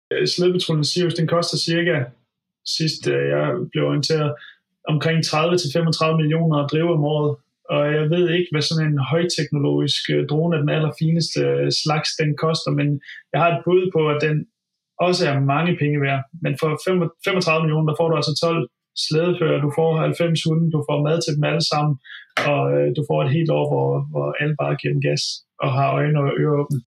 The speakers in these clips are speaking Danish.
Slædepatruljen Sirius, den koster cirka, sidst jeg blev orienteret, omkring 30-35 millioner at drive om året. Og jeg ved ikke, hvad sådan en højteknologisk drone af den allerfineste slags, den koster, men jeg har et bud på, at den også er mange penge værd. Men for 35 millioner, der får du altså 12 slædefører, du får 90 hunde, du får mad til dem alle sammen, og du får et helt år, hvor alle bare giver den gas og har øjne og ører åbne.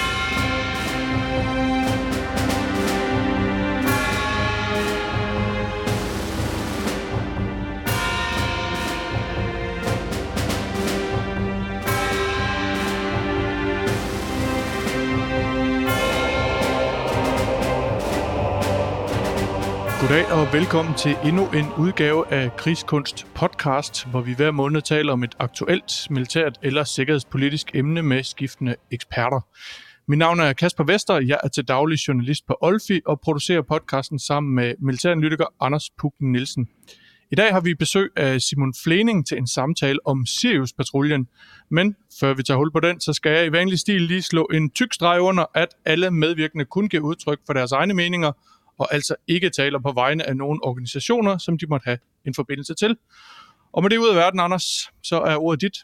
Goddag og velkommen til endnu en udgave af Krigskunst podcast, hvor vi hver måned taler om et aktuelt militært eller sikkerhedspolitisk emne med skiftende eksperter. Mit navn er Kasper Vester, jeg er til daglig journalist på Olfi og producerer podcasten sammen med militæranalytiker Anders Pugten Nielsen. I dag har vi besøg af Simon Flening til en samtale om Sirius-patruljen. Men før vi tager hul på den, så skal jeg i vanlig stil lige slå en tyk streg under, at alle medvirkende kun giver udtryk for deres egne meninger, og altså ikke taler på vegne af nogle organisationer, som de måtte have en forbindelse til. Og med det ud af verden, Anders, så er ordet dit.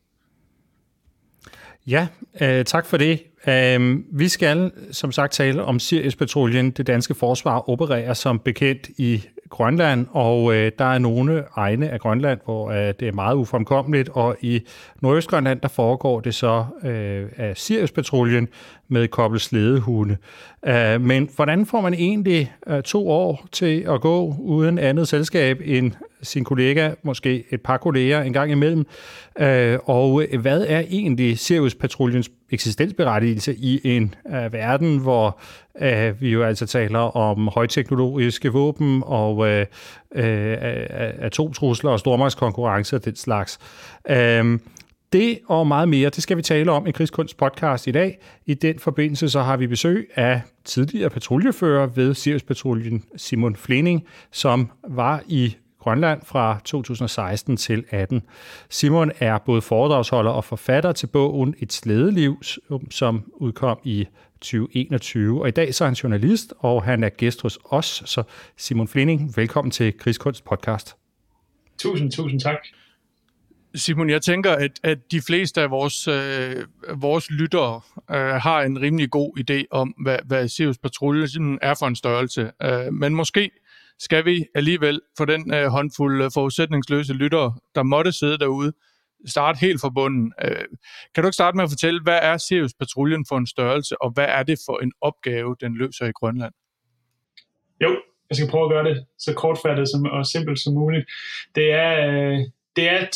Ja, tak for det. Vi skal som sagt tale om Sirius-patruljen. Det danske forsvar opererer som bekendt i Grønland, og der er nogle egne af Grønland, hvor det er meget ufremkommeligt, og i Nordøstgrønland, der foregår det så af Sirius-patruljen med kobbel slædehunde. Men hvordan får man egentlig 2 år til at gå uden andet selskab end sin kollega, måske et par kolleger en gang imellem? Og hvad er egentlig Sirius-patruljens eksistensberettigelse i en verden, hvor vi jo altså taler om højteknologiske våben og atomtrusler og stormagtskonkurrence og den slags? Det og meget mere, det skal vi tale om i Krigskunst podcast i dag. I den forbindelse så har vi besøg af tidligere patruljefører ved Sirius-patruljen Simon Flening, som var i Grønland fra 2016 til 18. Simon er både foredragsholder og forfatter til bogen Et slædeliv, som udkom i 2021. Og i dag så er han journalist, og han er gæst hos os. Så Simon Flening, velkommen til Krigskunst podcast. Tusind tak. Simon, jeg tænker, at de fleste af vores lyttere har en rimelig god idé om, hvad Sirius-patruljen er for en størrelse. Men måske skal vi alligevel for den håndfuld forudsætningsløse lyttere, der måtte sidde derude, starte helt fra bunden. Kan du ikke starte med at fortælle, hvad er Sirius-patruljen for en størrelse, og hvad er det for en opgave, den løser i Grønland? Jo, jeg skal prøve at gøre det så kortfattet og simpelt som muligt. Det er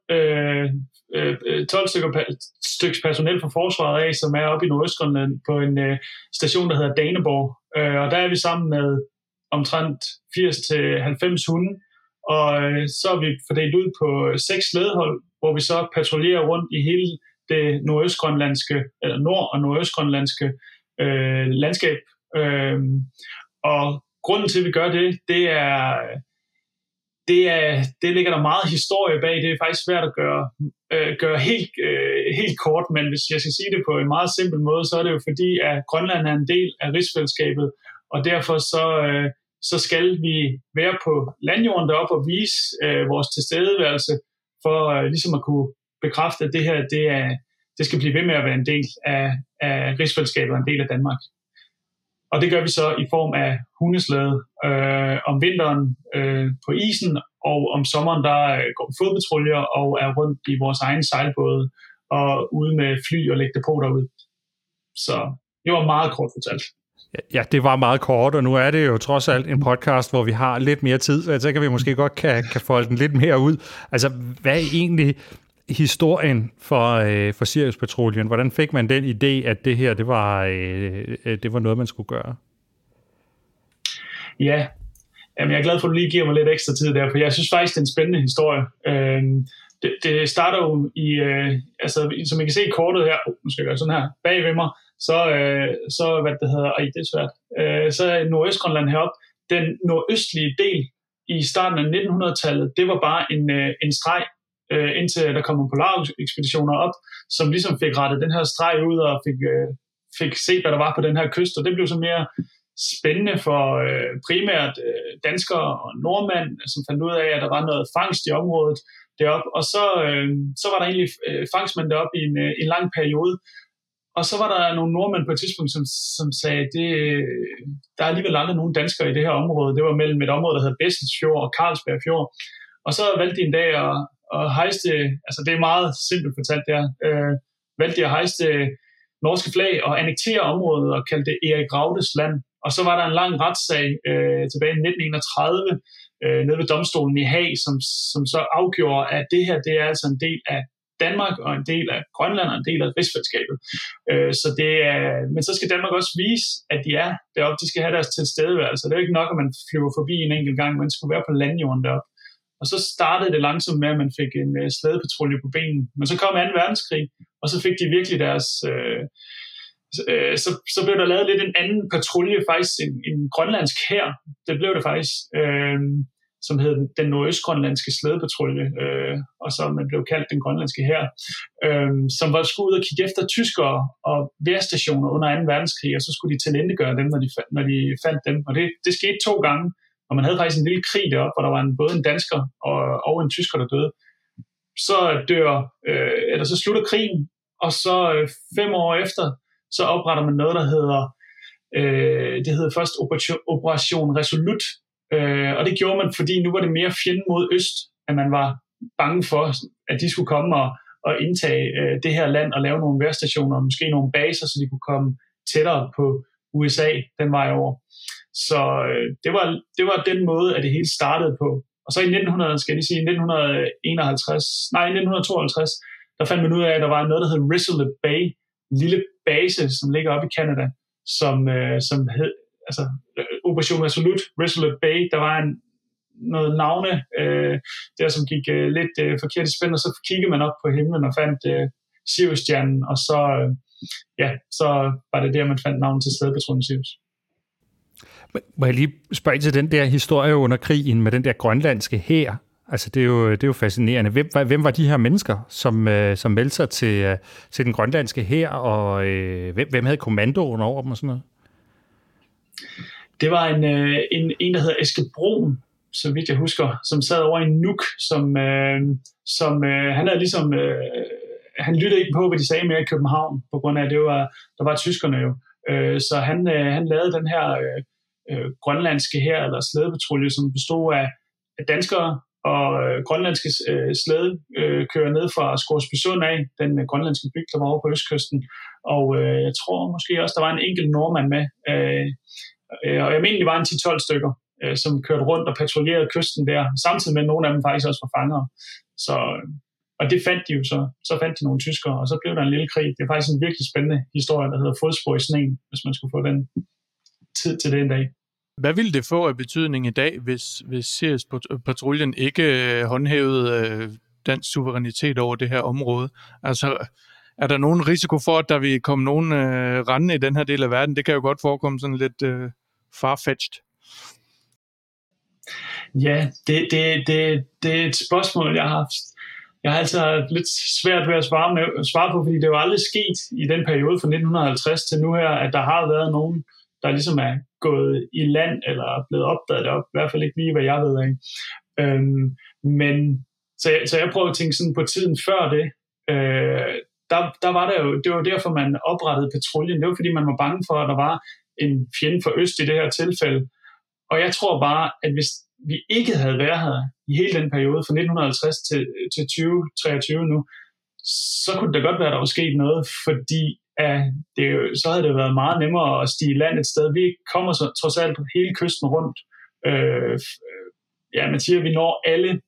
12 stykker personel fra forsvaret af, som er oppe i Nordøstgrønland på en station, der hedder Daneborg. Og der er vi sammen med omtrent 80-90 hunde, og så er vi fordelt ud på 6 slædehold, hvor vi så patruljerer rundt i hele det nordøstgrønlandske, eller nord- og nordøstgrønlandske landskab. Og grunden til, at vi gør det ligger der meget historie bag. Det er faktisk svært at gøre helt kort, men hvis jeg skal sige det på en meget simpel måde, så er det jo fordi, at Grønland er en del af rigsfællesskabet, og derfor så skal vi være på landjorden deroppe og vise vores tilstedeværelse for ligesom at kunne bekræfte, at det her det skal blive ved med at være en del af rigsfællesskabet og en del af Danmark. Og det gør vi så i form af hundeslæde om vinteren på isen, og om sommeren der går vi fodpatruljer og er rundt i vores egen sejlbåde og ude med fly og lægge depot derude. Så det var meget kort fortalt. Ja, det var meget kort, og nu er det jo trods alt en podcast, hvor vi har lidt mere tid, så kan vi måske godt kan folde den lidt mere ud. Altså, hvad er egentlig historien for Sirius-patruljen? Hvordan fik man den idé, at det her det var noget, man skulle gøre? Ja, jamen jeg er glad for, at du lige giver mig lidt ekstra tid der, for jeg synes faktisk, det er en spændende historie. Det starter jo som I kan se i kortet her, nu skal jeg gøre sådan her, bag ved mig, så hvad det hedder, det er svært, så er Nordøstgrønland heroppe. Den nordøstlige del i starten af 1900-tallet, det var bare en streg, indtil der kom nogle polarekspeditioner op, som ligesom fik rettet den her streg ud og fik set, hvad der var på den her kyst, og det blev så mere spændende for primært danskere og nordmænd, som fandt ud af, at der var noget fangst i området deroppe. Og så var der egentlig fangstmænd deroppe i en lang periode. Og så var der nogle nordmænd på et tidspunkt, som sagde, der er alligevel aldrig nogen danskere i det her område. Det var mellem et område, der hedder Bessels Fjord og Carlsberg Fjord. Og så valgte de en dag at hejse, altså det er meget simpelt fortalt der, valgte de at hejse norske flag og annektere området og kaldte det Erik Raudes land. Og så var der en lang retssag tilbage i 1931 nede ved domstolen i Haag, som så afgjorde, at det her det er altså en del af Danmark og en del af Grønland og en del af rigsfællesskabet. Men så skal Danmark også vise, at de er deroppe. De skal have deres tilstedeværelse. Det er jo ikke nok, at man flyver forbi en enkelt gang. Man skulle være på landjorden deroppe. Og så startede det langsomt med, at man fik en slædepatrulje på benen. Men så kom 2. verdenskrig, og så fik de virkelig deres... Så blev der lavet lidt en anden patrulje, faktisk en grønlandsk hær. Det blev det faktisk, som hed den nordøstgrønlandske slædepatrulje, og så man blev kaldt den grønlandske hær, som var skulle ud og kigge efter tyskere og vejrstationer under 2. verdenskrig, og så skulle de tilindegøre dem, når de fandt dem. Og det skete 2 gange, og man havde faktisk en lille krig deroppe, hvor der var både en dansker og en tysker, der døde. Så slutter krigen, og så 5 år efter, så opretter man noget, der hedder, det hedder først Operation Resolut, og det gjorde man, fordi nu var det mere fjenden mod øst, at man var bange for, at de skulle komme og indtage det her land og lave nogle vejrstationer, og måske nogle baser, så de kunne komme tættere på USA den vej over. Så det var den måde, at det hele startede på. Og så i 1952, der fandt man ud af, at der var noget, der hed Resolute Bay, en lille base, som ligger oppe i Canada, som hed, altså Operation Resolute Bay. Der var noget navne der, som gik lidt forkert i spænd, og så kiggede man op på himlen og fandt Sirius-stjernen, og så var det der, man fandt navnet til slædepatruljen Sirius. Må jeg lige spørge til den der historie under krigen med den der grønlandske hær? Altså, det er jo fascinerende. Hvem var de her mennesker, som meldte sig til den grønlandske hær, og hvem havde kommandoen over dem og sådan noget? Det var en der hedder Eske Brun, så vidt jeg husker, som sad over i Nuuk, som han havde ligesom... han lyttede ikke på, hvad de sagde mere i København, på grund af, at der var tyskerne jo. Så han lavede den her grønlandske hær, eller slædepatrulje, som bestod af danskere og grønlandske slæde kører ned fra Scoresbysund af, den grønlandske bygd, der var over på østkysten. Og jeg tror måske også, der var en enkelt nordmand med. Og jeg mener, det var en 10-12 stykker, som kørte rundt og patruljerede kysten der, samtidig med, at nogle af dem faktisk også var fangere. Og det fandt de jo så. Så fandt de nogle tyskere, og så blev der en lille krig. Det er faktisk en virkelig spændende historie, der hedder Fodspor i sneen, hvis man skulle få den tid til det en dag. Hvad ville det få af betydning i dag, hvis Sirius-patruljen ikke håndhævede dansk suverænitet over det her område? Altså, er der nogen risiko for, at der vil komme nogen rende i den her del af verden? Det kan jo godt forekomme sådan lidt farfetched. Ja, det er et spørgsmål, jeg har altid lidt svært ved at svare på, fordi det er jo aldrig sket i den periode fra 1950 til nu her, at der har været nogen, der ligesom er gået i land eller er blevet opdaget op. I hvert fald ikke lige, hvad jeg ved af. Så jeg prøver at tænke sådan på tiden før det. Der var der jo, det var derfor, man oprettede patruljen. Det var fordi, man var bange for, at der var en fjende for øst i det her tilfælde. Og jeg tror bare, at hvis vi ikke havde været her i hele den periode fra 1950 til 2023 nu, så kunne det godt være, at der var sket noget, fordi så havde det været meget nemmere at stige i land et sted. Vi kommer så trods alt hele kysten rundt. Man siger, at vi når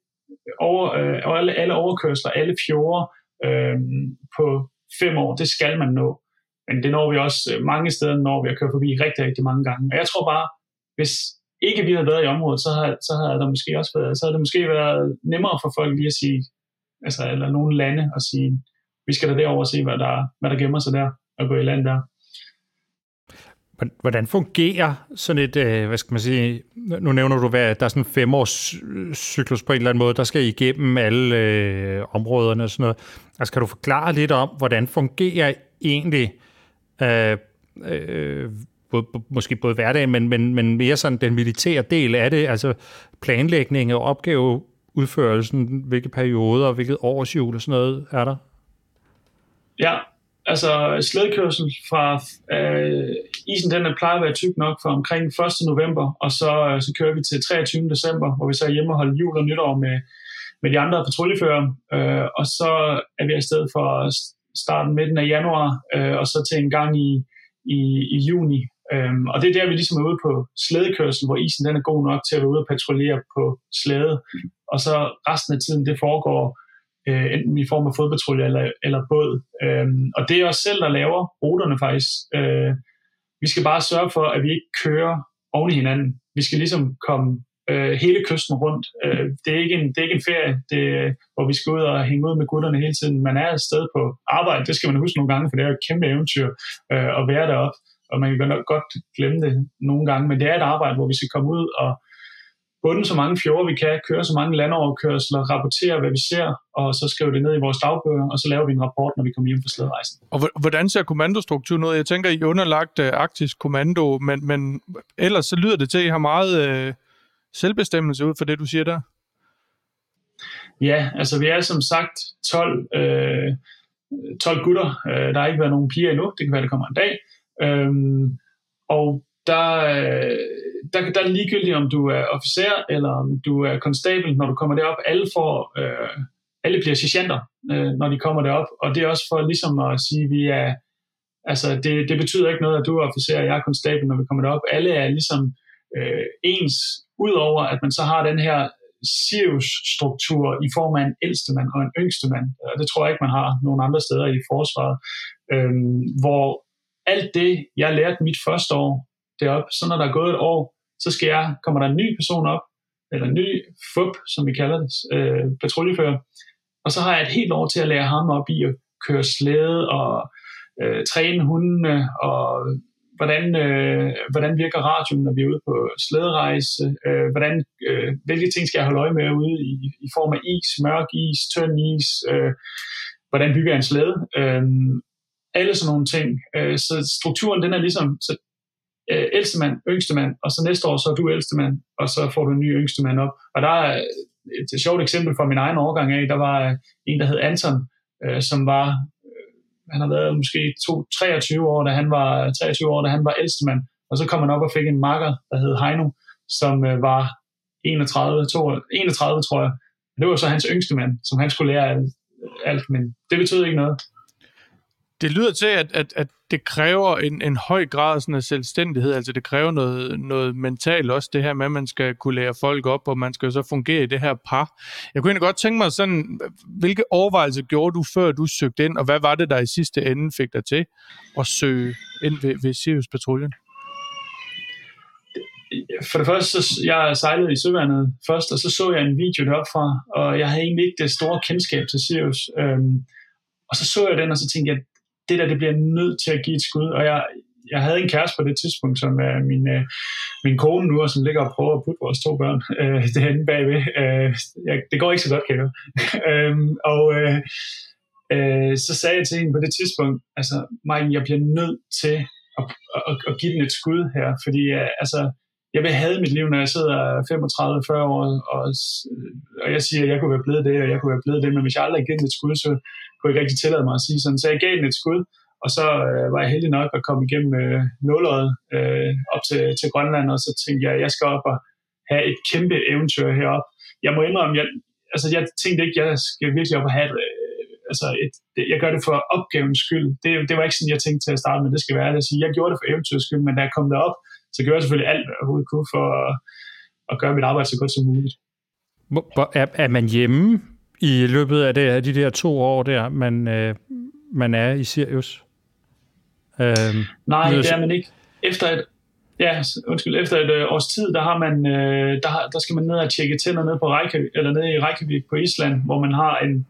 alle overkørsler, alle fjorde på 5 år. Det skal man nå. Men det når vi også mange steder, når vi har kørt forbi rigtig, rigtig mange gange. Og jeg tror bare, hvis ikke vi havde været i området, så havde der måske også været nemmere for folk lige at sige, altså, eller nogle lande at sige, vi skal da derover og se, hvad der gemmer sig der, og gå i land der. Hvordan fungerer sådan et, hvad skal man sige, nu nævner du, at der er sådan en 5-års cyklus på en eller anden måde, der skal igennem alle områderne og sådan noget. Altså, kan du forklare lidt om, hvordan fungerer egentlig måske både hverdagen, men mere sådan den militære del af det, altså planlægning og opgaveudførelsen, hvilke perioder, hvilket årshjul og sådan noget er der? Ja, altså slædekørsel fra isen, den plejer at være tyk nok fra omkring 1. november, og så kører vi til 23. december, hvor vi så er hjemme og holder jul og nytår med de andre patruljefører, og så er vi afsted for starten midten af januar, og så til en gang i juni. Og det er der, vi ligesom er ude på slædekørsel, hvor isen den er god nok til at være ude og patruljere på slæde, og så resten af tiden, det foregår enten i form af fodpatrulje eller båd. Og det er os selv, der laver ruterne faktisk. Vi skal bare sørge for, at vi ikke kører oven i hinanden. Vi skal ligesom komme hele kysten rundt. Det er ikke en ferie, hvor vi skal ud og hænge ud med gutterne hele tiden. Man er et sted på arbejde, det skal man huske nogle gange, for det er et kæmpe eventyr at være deroppe. Og man kan godt glemme det nogle gange, men det er et arbejde, hvor vi skal komme ud og bunde så mange fjorde vi kan, køre så mange landoverkørsler, rapportere, hvad vi ser, og så skrive det ned i vores dagbøger, og så laver vi en rapport, når vi kommer hjem fra slæderejsen. Og hvordan ser kommandostrukturen ud? Jeg tænker, I er underlagt Arktisk Kommando, men ellers så lyder det til, at I har meget selvbestemmelse ud for det, du siger der. Ja, altså vi er som sagt 12 gutter. Der har ikke været nogen piger endnu. Det kan være, der kommer en dag. Og der er det ligegyldigt, om du er officer eller om du er konstabel, når du kommer derop. Alle bliver sergeanter, når de kommer derop. Og det er også for ligesom at sige, at vi er, altså det betyder ikke noget, at du er officer og jeg er konstabel, når vi kommer derop. Alle er ligesom ens, udover at man så har den her Sirius-struktur i form af en ældste mand og en yngste mand. Det tror jeg ikke, man har nogen andre steder i forsvaret. Hvor alt det, jeg lærte mit første år deroppe, så når der er gået et år, så kommer der en ny person op, eller en ny FUP, som vi kalder det, patruljefører, og så har jeg et helt år til at lære ham op i at køre slæde og træne hundene, og hvordan virker radioen, når vi er ude på slæderejse, hvilke ting skal jeg holde øje med ude i form af is, mørk is, tynd is, hvordan bygger jeg en slæde, alle sådan nogle ting. Så strukturen, den er ligesom ældste mand, yngste mand, og så næste år, så er du ældste mand, og så får du en ny yngste mand op. Og der er et sjovt eksempel fra min egen årgang af, der var en, der hed Anton, som var, han har været måske 23 år, da han var ældste mand, og så kom han op og fik en makker, der hed Heino, som var 31, tror jeg. Det var så hans yngste mand, som han skulle lære alt, men det betød ikke noget. Det lyder til, at det kræver en høj grad sådan af selvstændighed, altså det kræver noget mentalt også, det her med, at man skal kunne lære folk op, og man skal jo så fungere i det her par. Jeg kunne egentlig godt tænke mig sådan, hvilke overvejelser gjorde du, før du søgte ind, og hvad var det, der i sidste ende fik dig til at søge ind ved Sirius-patruljen? For det første, jeg sejlede i søværnet først, og så jeg en video deroppe fra, og jeg havde egentlig ikke det store kendskab til Sirius. Og så jeg den, og så tænkte jeg, det bliver nødt til at give et skud. Og jeg havde en kæreste på det tidspunkt, som er min kone nu, og som ligger og prøver at putte vores 2 børn derinde bagved. Det går ikke så godt, kan jeg så sagde jeg til hende på det tidspunkt, altså, Mike, jeg bliver nødt til at give den et skud her, fordi jeg vil have mit liv, når jeg sidder 35-40 år, og jeg siger, at jeg kunne være blevet det, og jeg kunne være blevet det, men hvis jeg aldrig havde givet den et skud, så kunne jeg ikke rigtig tillade mig at sige sådan. Så jeg gav den et skud, og så var jeg heldig nok at komme igennem nåløjet op til Grønland, og så tænkte jeg, at jeg skal op og have et kæmpe eventyr heroppe. Jeg må indrømme, jeg tænkte ikke, at jeg skal virkelig op og have jeg gør det for opgavens skyld. Det var ikke sådan, jeg tænkte til at starte med, det skal være det. Jeg gjorde det for eventyrets skyld, men da jeg kom derop, så gjorde jeg selvfølgelig alt, hvad jeg overhovedet kunne for at gøre mit arbejde så godt som muligt. Er man hjemme i løbet af de der 2 år der, man er i Sirius? Nej, det er man ikke. Efter et års tid, der har man, der skal man ned og tjekke tænder nede nede i Reykjavik på Island, hvor man har en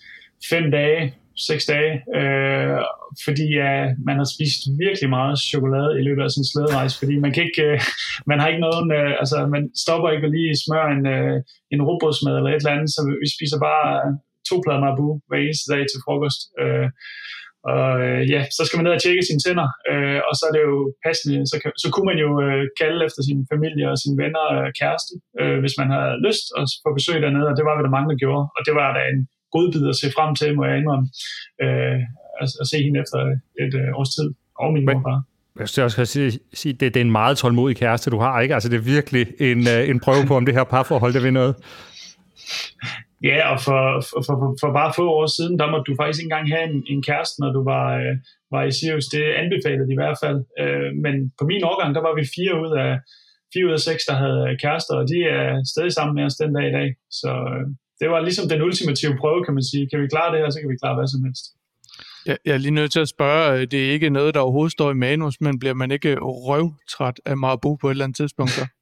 6 dage, fordi man har spist virkelig meget chokolade i løbet af sådan en slæderejse, fordi man har ikke nogen, man stopper ikke at lige smøre en rugbrødsmad eller et eller andet, så vi spiser bare 2 plader Marabou hver eneste dag til frokost. Og så skal man ned og tjekke sine tænder, og så er det jo passende, så kunne man jo kalde efter sin familie og sine venner og kæreste, hvis man havde lyst at få besøg dernede, og det var, hvad der mange, der gjorde. Og det var da en godbid at se frem til, må jeg indrømme, at se hende efter et års tid, og min morfar. Jeg skal også sige, det er en meget tålmodig kæreste, du har, ikke? Altså, det er virkelig en prøve på, om det her parforhold, det vil noget. Ja, og for bare få år siden, der måtte du faktisk ikke engang have en kæreste, når du var i Sirius. Det anbefalede de i hvert fald. Men på min årgang, der var vi 4 ud af 6, der havde kærester, og de er stadig sammen med os den dag i dag. Så det var ligesom den ultimative prøve, kan man sige. Kan vi klare det her, så kan vi klare hvad som helst. Jeg er lige nødt til at spørge, det er ikke noget, der overhovedet står i manus, men bliver man ikke røvtræt af Marabu på et eller andet tidspunkt så?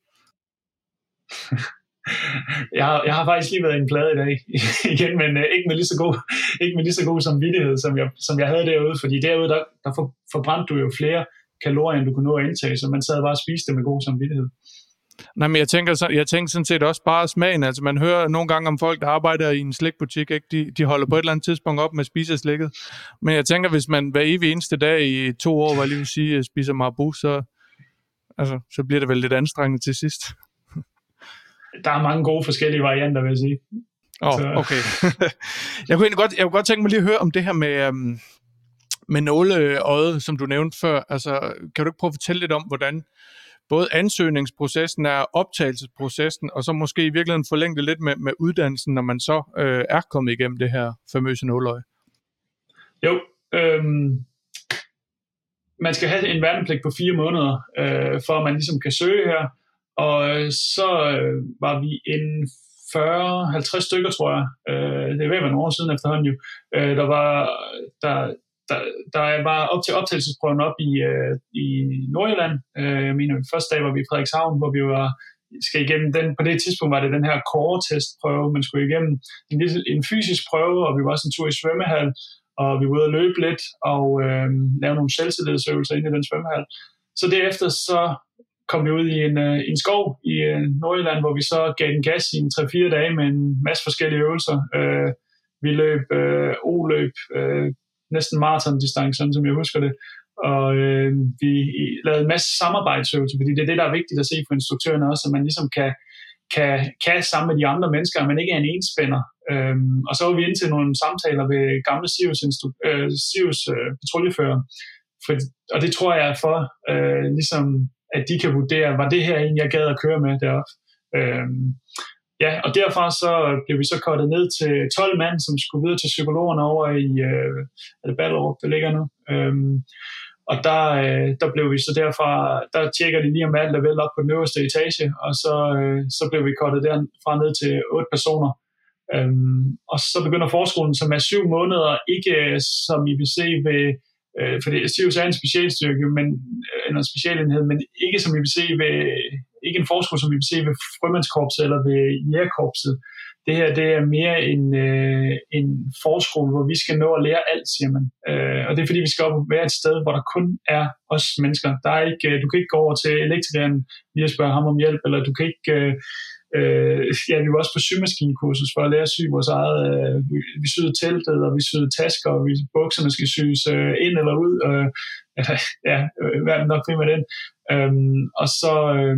Jeg har faktisk lige været i en plade i dag igen, men ikke med lige så god samvittighed, som jeg havde derude, fordi derude, der forbrændte du jo flere kalorier, end du kunne nå at indtage, så man sad bare og spiste det med god samvittighed. Nej, men jeg tænker sådan set også bare smagen. Altså man hører nogle gange om folk, der arbejder i en slikbutik, ikke? De holder på et eller andet tidspunkt op med at spise slikket. Men jeg tænker, hvis man hver evig eneste dag i 2 år, hvad jeg lige vil sige, spiser Marabu, så bliver det vel lidt anstrengende til sidst. Der er mange gode forskellige varianter, vil jeg sige. Okay. Jeg kunne godt tænke mig lige at høre om det her med nåleøjet, som du nævnte før. Altså, kan du ikke prøve at fortælle lidt om, hvordan både ansøgningsprocessen er, optagelsesprocessen, og så måske i virkeligheden forlænge det lidt med uddannelsen, når man så er kommet igennem det her famøse nåleøje? Jo, man skal have en værnepligt på 4 måneder, for at man ligesom kan søge her. Og så var vi en 40-50 stykker, tror jeg. Det er ved at være nogle år siden efterhånden jo. Der var op til optagelsesprøven op i Nordjylland. Jeg mener, første dag var vi i Frederikshavn, hvor vi skal igennem den. På det tidspunkt var det den her core-testprøve, man skulle igennem. En fysisk prøve, og vi var også en tur i svømmehal, og vi var ude at løbe lidt og lave nogle selvtillidsøvelser inde i den svømmehal. Så derefter så kom vi ud i en skov i Nordjylland, hvor vi så gav den gas i 3-4 dage med en masse forskellige øvelser. Vi løb O-løb, næsten marathondistance, sådan som jeg husker det. Og vi lavede en masse samarbejdsøvelser, fordi det er det, der er vigtigt at se for instruktørerne også, at man ligesom kan sammen med de andre mennesker, at man ikke er en enspænder. Og så var vi inde til nogle samtaler ved gamle Sirius patruljefører. Og det tror jeg er for ligesom at de kan vurdere, var det her en, jeg gad at køre med deroppe. Og derfra så blev vi så kortet ned til 12 mand, som skulle videre til psykologerne over i Ballerup, det ligger nu. Og der blev vi så derfra, der tjekker de lige om alt er vel op på den øverste etage, og så blev vi kortet derfra ned til 8 personer. Og så begynder forskningen, som er 7 måneder, ikke som I vil se ved for det Sirius er en specialstyrke, eller en specialenhed, men ikke som I vil se ved, ikke en forskole, som I vil se ved frømandskorpset eller ved jægerkorpset. Det her, det er mere en forskole, hvor vi skal nå at lære alt, siger man. Og det er fordi, vi skal op og være et sted, hvor der kun er os mennesker. Der er ikke, du kan ikke gå over til elektrikeren lige at spørge ham om hjælp, eller du kan ikke... vi var også på symaskinekursus for at lære at sy vores eget. Vi syede teltet, og vi syede tasker, og bukserne skal syes ind eller ud. Hvad er nok primært den? Og så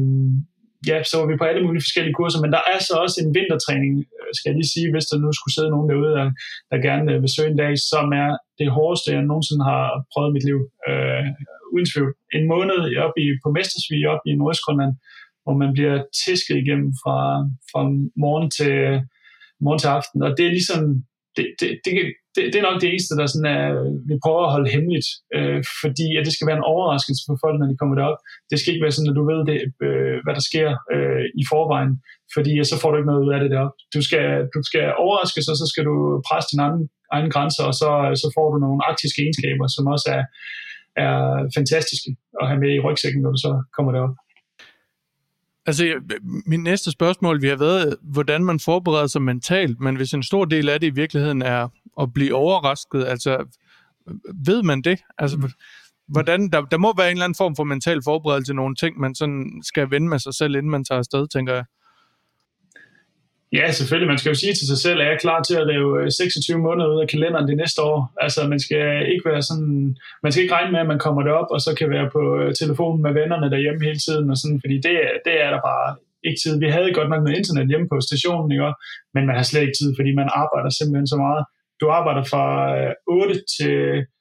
var vi på alle mulige forskellige kurser, men der er så også en vintertræning, skal jeg lige sige, hvis der nu skulle sidde nogen derude, der gerne vil søge en dag, som er det hårdeste, jeg nogensinde har prøvet i mit liv. Uden tvivl. En måned på Mestersvig, op i Nordøstgrønland, hvor man bliver tæsket igennem fra morgen til aften. Og det er ligesom, det er nok det eneste, der sådan er, vi prøver at holde hemmeligt, fordi at det skal være en overraskelse for folk, når de kommer derop. Det skal ikke være sådan, at du ved, hvad der sker i forvejen, fordi så får du ikke noget ud af det deroppe. Du skal overraskes, og så skal du presse dine egne grænser, og så får du nogle arktiske egenskaber, som også er fantastiske at have med i rygsækken, når du så kommer derop. Altså, min næste spørgsmål, vi har været, hvordan man forbereder sig mentalt, men hvis en stor del af det i virkeligheden er at blive overrasket, altså, ved man det? Altså, hvordan, der må være en eller anden form for mental forberedelse, nogle ting, man sådan skal vende med sig selv, inden man tager afsted, tænker jeg. Ja, selvfølgelig. Man skal jo sige til sig selv, at jeg er klar til at lave 26 måneder ud af kalenderen det næste år. Altså, man skal ikke regne med, at man kommer derop, og så kan være på telefonen med vennerne derhjemme hele tiden, og sådan, fordi det er der bare ikke tid. Vi havde godt nok noget internet hjemme på stationen, ikke? Men man har slet ikke tid, fordi man arbejder simpelthen så meget. Du arbejder fra 8 til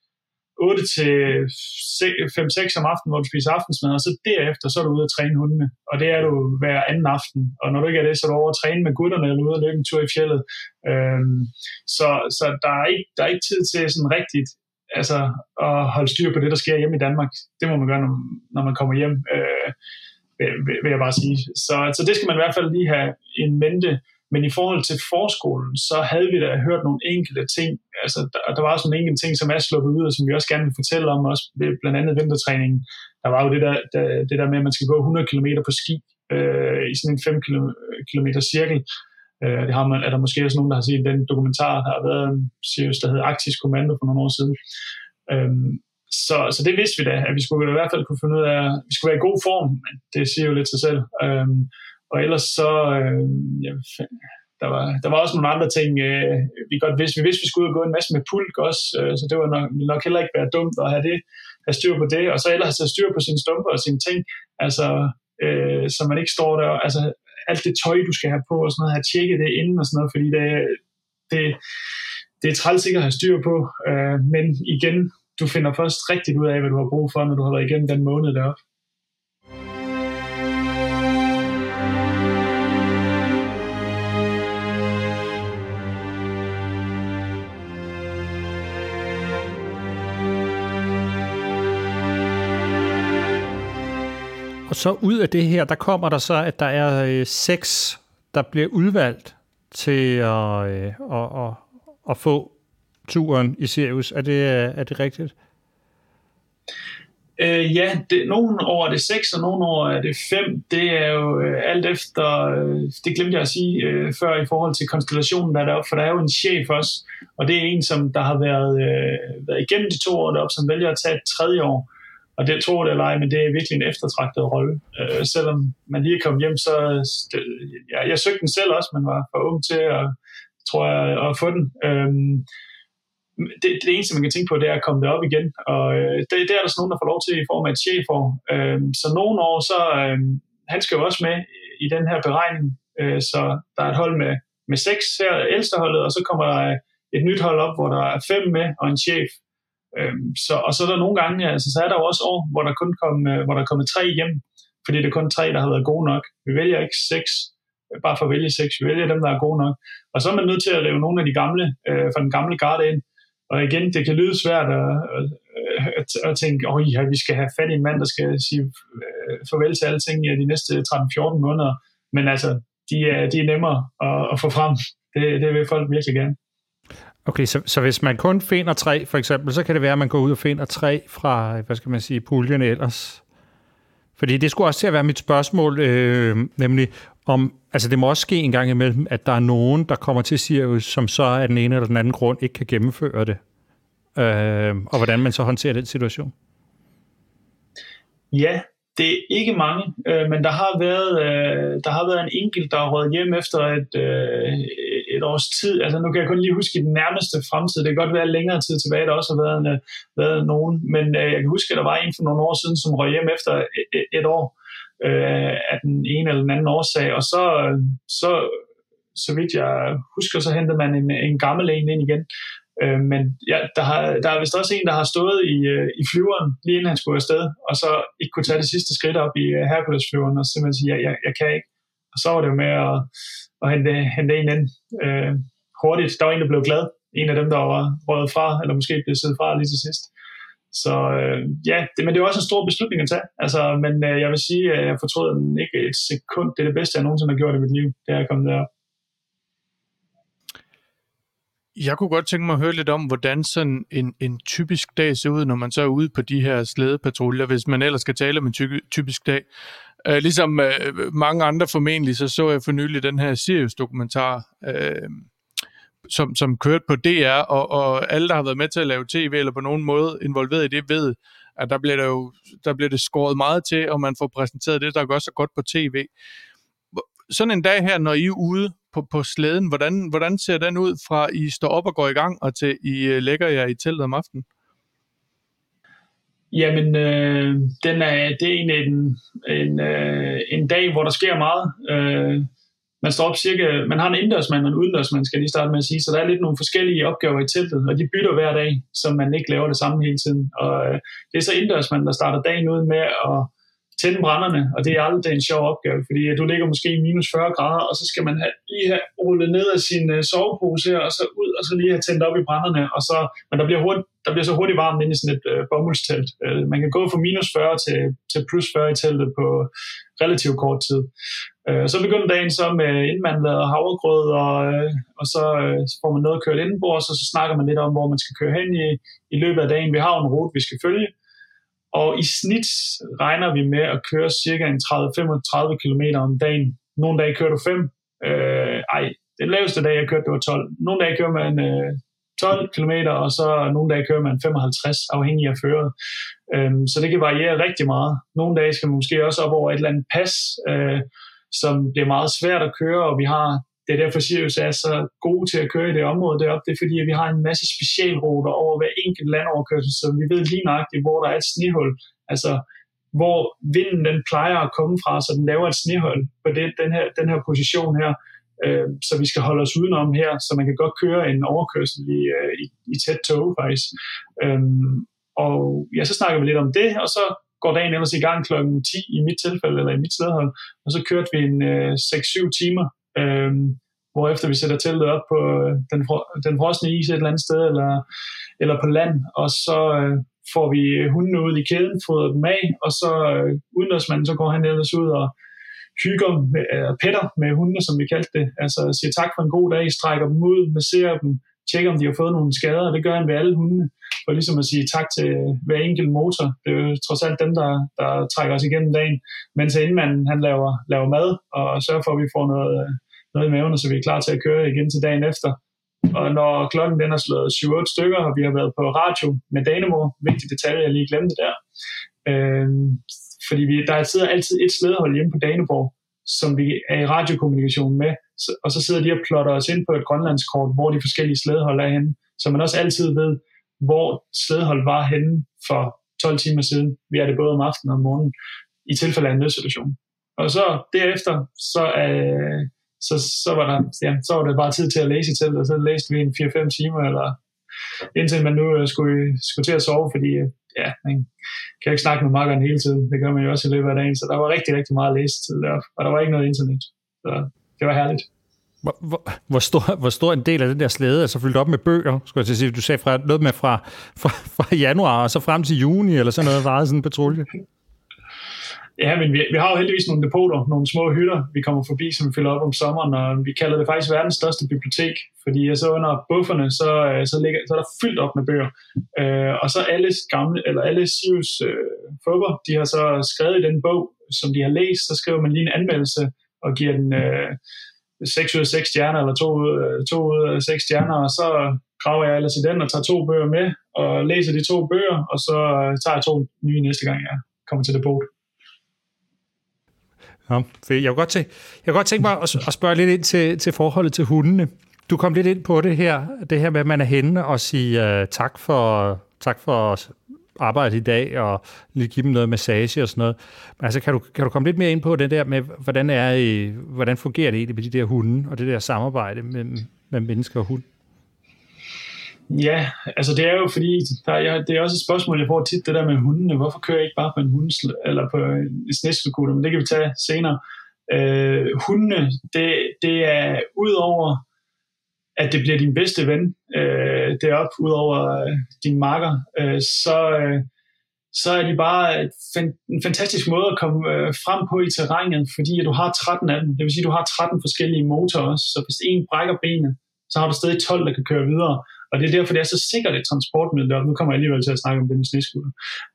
5-6 om aftenen, hvor du spiser aftensmad, og så derefter, så er du ude at træne hundene. Og det er du hver anden aften. Og når du ikke er det, så er du over at træne med gutterne, eller ude at løbe en tur i fjeldet. Så der er ikke tid til sådan rigtigt altså, at holde styr på det, der sker hjemme i Danmark. Det må man gøre, når man kommer hjem, vil jeg bare sige. Så det skal man i hvert fald lige have en mente. Men i forhold til forskolen, så havde vi da hørt nogle enkelte ting. Altså, der var sådan nogle enkelte ting, som er sluppet ud, og som vi også gerne vil fortælle om, også blandt andet vintertræningen. Der var jo det der med, at man skal gå 100 km på ski i sådan en 5 km cirkel. Det er der måske også nogen, der har set den dokumentar, der har været der hedder Arktisk Kommando for nogle år siden. Så det vidste vi da, at vi skulle i hvert fald kunne finde ud af, at vi skulle være i god form. Det siger jo lidt sig selv. Og ellers så, der var også nogle andre ting, vi godt vidste. Vi vidste, vi skulle ud og gå en masse med pulk også, så det ville nok heller ikke være dumt at have styr på det. Og så ellers have styr på sine stumper og sine ting, altså, så man ikke står der, altså alt det tøj, du skal have på og sådan noget, have tjekket det inden og sådan noget, fordi det er træls ikke at have styr på. Men igen, du finder først rigtigt ud af, hvad du har brug for, når du har været igennem den måned deroppe. Og så ud af det her, der kommer der så, at der er 6, der bliver udvalgt til at få turen i Sirius. Er det rigtigt? Ja, nogle år er det 6, og nogle år er det 5. Det er jo alt efter, det glemte jeg at sige før i forhold til konstellationen, der er deroppe, for der er jo en chef også, og det er en, som der har været igennem de 2 år deroppe, som vælger at tage et 3. år. Og det tror det eller ej, men det er virkelig en eftertragtet rolle. Selvom man lige er kommet hjem, så jeg søgte den selv også, men var for ung til at få den. Det eneste, man kan tænke på, det er at komme derop igen. Og det er der sådan nogen, der får lov til i form af et chefår. Så nogle år, så han skal jo også med i den her beregning. Så der er et hold med 6 her, ældste holdet, og så kommer der et nyt hold op, hvor der er 5 med og en chef. Og så er der nogle gange, altså, så er der jo også år, hvor der er kommet 3 hjem, fordi det er kun 3, der har været gode nok. Vi vælger ikke 6, bare for at vælge 6, vi vælger dem, der er gode nok. Og så er man nødt til at rive nogle af de gamle, fra den gamle garde ind. Og igen, det kan lyde svært at tænke, vi skal have fat i en mand, der skal sige farvel til alle ting i de næste 13-14 måneder. Men altså, de er nemmere at få frem. Det vil folk virkelig gerne. Okay, så hvis man kun finder 3, for eksempel, så kan det være, at man går ud og finder 3 fra, puljen ellers. Fordi det skulle også til at være mit spørgsmål, nemlig om, altså det må også ske en gang imellem, at der er nogen, der kommer til Sirius, som så af den ene eller den anden grund ikke kan gennemføre det. Og hvordan man så håndterer den situation. Ja, det er ikke mange, men der har været en enkelt, der har røget hjem efter et års tid. Altså nu kan jeg kun lige huske i den nærmeste fremtid. Det kan godt være længere tid tilbage, der også har været nogen. Men jeg kan huske, at der var en for nogle år siden, som røg hjem efter et år af den ene eller den anden årsag. Og så vidt jeg husker, så hentede man en gammel en ind igen. Men ja, der er vist også en, der har stået i flyveren, lige inden han skulle afsted, og så ikke kunne tage det sidste skridt op i Hercules-flyveren, og simpelthen sige, jeg kan ikke. Og så var det jo med at hente en ind hurtigt. Der var en, der blev glad. En af dem, der var røget fra, eller måske blev siddet fra lige til sidst. Så men det er også en stor beslutning at tage. Altså, men jeg vil sige, at jeg fortrød den ikke et sekund. Det er det bedste, jeg nogensinde har gjort i mit liv. Det er at komme derop. Jeg kunne godt tænke mig at høre lidt om, hvordan sådan en typisk dag ser ud, når man så er ude på de her slædepatruljer, hvis man ellers skal tale om en typisk dag. Ligesom mange andre formentlig, så jeg for nylig den her Sirius-dokumentar, som kørte på DR, og alle, der har været med til at lave tv, eller på nogen måde involveret i det, ved, at der bliver det skåret meget til, og man får præsenteret det, der gør så godt på tv. Sådan en dag her, når I er ude på slæden. Hvordan ser den ud fra I står op og går i gang, og til I lægger jer i teltet om aftenen? Jamen, det er egentlig en dag, hvor der sker meget. Man står op man har en indendørsmand og en udendørsmand, skal jeg lige starte med at sige, så der er lidt nogle forskellige opgaver i teltet, og de bytter hver dag, så man ikke laver det samme hele tiden. Og det er så indendørsmanden, der starter dagen ud med at tænde brænderne, og det er aldrig en sjov opgave, fordi du ligger måske i minus 40 grader, og så skal man lige have rullet ned af sin sovepose her, og så ud, og så lige have tændt op i brænderne, og så, men der bliver så hurtigt varmt inde i sådan et bomuldstelt. Man kan gå fra minus 40 til plus 40 i teltet på relativt kort tid. Så begynder dagen så med, inden man laver havregrød, og så får man noget kørt indenbords, og så snakker man lidt om, hvor man skal køre hen i løbet af dagen. Vi har en rute, vi skal følge, og i snit regner vi med at køre cirka 30-35 km om dagen. Nogle dage kører du 5. Den laveste dag, jeg kørte, det var 12. Nogle dage kører man 12 km, og så nogle dage kører man 55, afhængig af føret. Så det kan variere rigtig meget. Nogle dage skal man måske også op over et eller andet pas, som bliver meget svært at køre, og det er derfor Sirius er så gode til at køre i det område deroppe. Det er fordi, at vi har en masse specialruter over hver enkelt landoverkørsel, så vi ved lige nøjagtigt, hvor der er et snehul. Altså, hvor vinden den plejer at komme fra, så den laver et snehul på den her position her. Så vi skal holde os udenom her, så man kan godt køre en overkørsel i tæt tog faktisk. Og ja, så snakker vi lidt om det, og så går dagen ellers i gang klokken 10 i mit tilfælde, eller i mit slædehold, og så kørte vi en 6-7 timer, hvorefter vi sætter teltet op på den frosne is et eller andet sted, eller på land, og så får vi hundene ud i kæden, fodrer dem af, og så udendørsmanden, så går han ellers ud og hygger petter med hundene, som vi kaldte det, altså siger tak for en god dag, strækker dem ud, masserer dem, tjekker om de har fået nogle skader, og det gør han ved alle hundene, for ligesom at sige tak til hver enkelt motor. Det er jo trods alt dem, der trækker os igennem dagen, mens inden han laver mad, og sørger for, at vi får noget i maven, så vi er klar til at køre igen til dagen efter. Og når klokken den er slået 7-8 stykker, og vi har været på radio med Danemo, vigtig detalje, jeg lige glemte der, fordi der sidder altid et slædehold hjemme på Daneborg, som vi er i radiokommunikation med, og så sidder de og plotter os ind på et grønlandskort, hvor de forskellige slædehold er henne, så man også altid ved, hvor slædehold var henne for 12 timer siden. Vi er det både om aftenen og om morgenen, i tilfælde af en nødsituation. Og så derefter, så var det bare tid til at læse i teltet, og så læste vi en 4-5 timer, eller indtil man nu skulle til at sove, fordi man kan jo ikke snakke med makkeren hele tiden. Det gør man jo også i løbet af dagen, så der var rigtig, rigtig meget læsetid deroppe, og der var ikke noget internet. Så det var herligt. Hvor stor en del af den der slæde er så fyldt op med bøger? Skulle jeg til at sige, du sagde noget med fra januar og så frem til juni, eller sådan noget, varede sådan en patrulje? Ja, men vi har jo heldigvis nogle depoter, nogle små hytter, vi kommer forbi, som vi fylder op om sommeren, og vi kalder det faktisk verdens største bibliotek, fordi så under bufferne, så er der fyldt op med bøger. Og så alle Sirius fubber, de har så skrevet i den bog, som de har læst, så skriver man lige en anmeldelse og giver den 6 ud af 6 stjerner, eller 2 ud af 6 stjerner, og så graver jeg ellers i den og tager 2 bøger med, og læser de 2 bøger, og så tager jeg 2 nye næste gang, jeg kommer til depot. Ja, jeg kunne godt tænke mig at spørge lidt ind til forholdet til hundene. Du kom lidt ind på det her med, at man er henne og sige tak for arbejde i dag, og lige give dem noget massage og sådan noget. Men altså, kan du komme lidt mere ind på det der med, hvordan fungerer det egentlig med de der hunde, og det der samarbejde med mennesker og hund? Ja, altså det er jo fordi, det er også et spørgsmål, jeg får tit, det der med hundene. Hvorfor kører jeg ikke bare på en eller på en sneskuter? Men det kan vi tage senere. Hundene, det er udover, at det bliver din bedste ven deroppe, udover din makker, så er de bare en fantastisk måde at komme frem på i terrænet, fordi du har 13 af dem. Det vil sige, at du har 13 forskellige motorer også, så hvis en brækker benet, så har du stadig 12, der kan køre videre. Og det er derfor, det er så sikkert et transportmiddel. Nu kommer jeg alligevel til at snakke om det med sneskuter.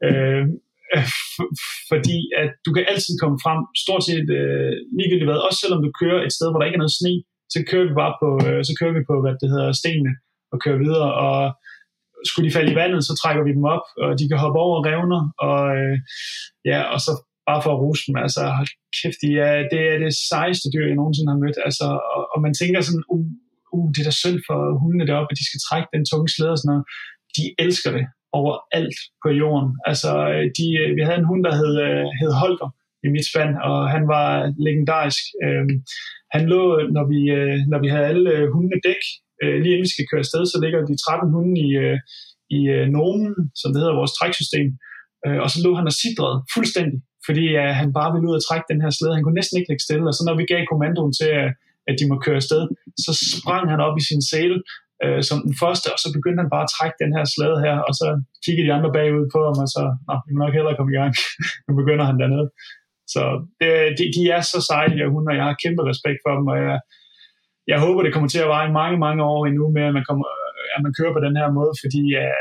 Fordi at du kan altid komme frem, stort set ligegyldigt hvad, også selvom du kører et sted, hvor der ikke er noget sne, så kører vi på hvad det hedder, stenene og kører videre. Og skulle de falde i vandet, så trækker vi dem op, og de kan hoppe over revner, og så bare for at rose dem. Altså, hold kæft, det er det sejeste dyr, jeg nogensinde har mødt. Altså, og man tænker sådan, det er da synd for hundene deroppe, at de skal trække den tunge slæde og sådan noget. De elsker det overalt på jorden. Altså, vi havde en hund, der hed Holger i mit spand, og han var legendarisk. Han lå, når vi havde alle hundene dæk, lige inden vi skal køre afsted, så ligger de 13 hunde i Nomen, som det hedder, vores træksystem. Og så lå han og sidrede fuldstændig, fordi han bare ville ud og trække den her slæde. Han kunne næsten ikke lægge stille, og så når vi gav kommandoen til, at de må køre afsted, så sprang han op i sin sæle som den første, og så begyndte han bare at trække den her slæde her, og så kiggede de andre bagud på ham, og så, vi må nok hellere komme i gang. Nu begynder han dernede. Så de er så seje, de her hunde, og jeg har kæmpe respekt for dem, og jeg håber, det kommer til at vare i mange, mange år endnu med, at man kører på den her måde, fordi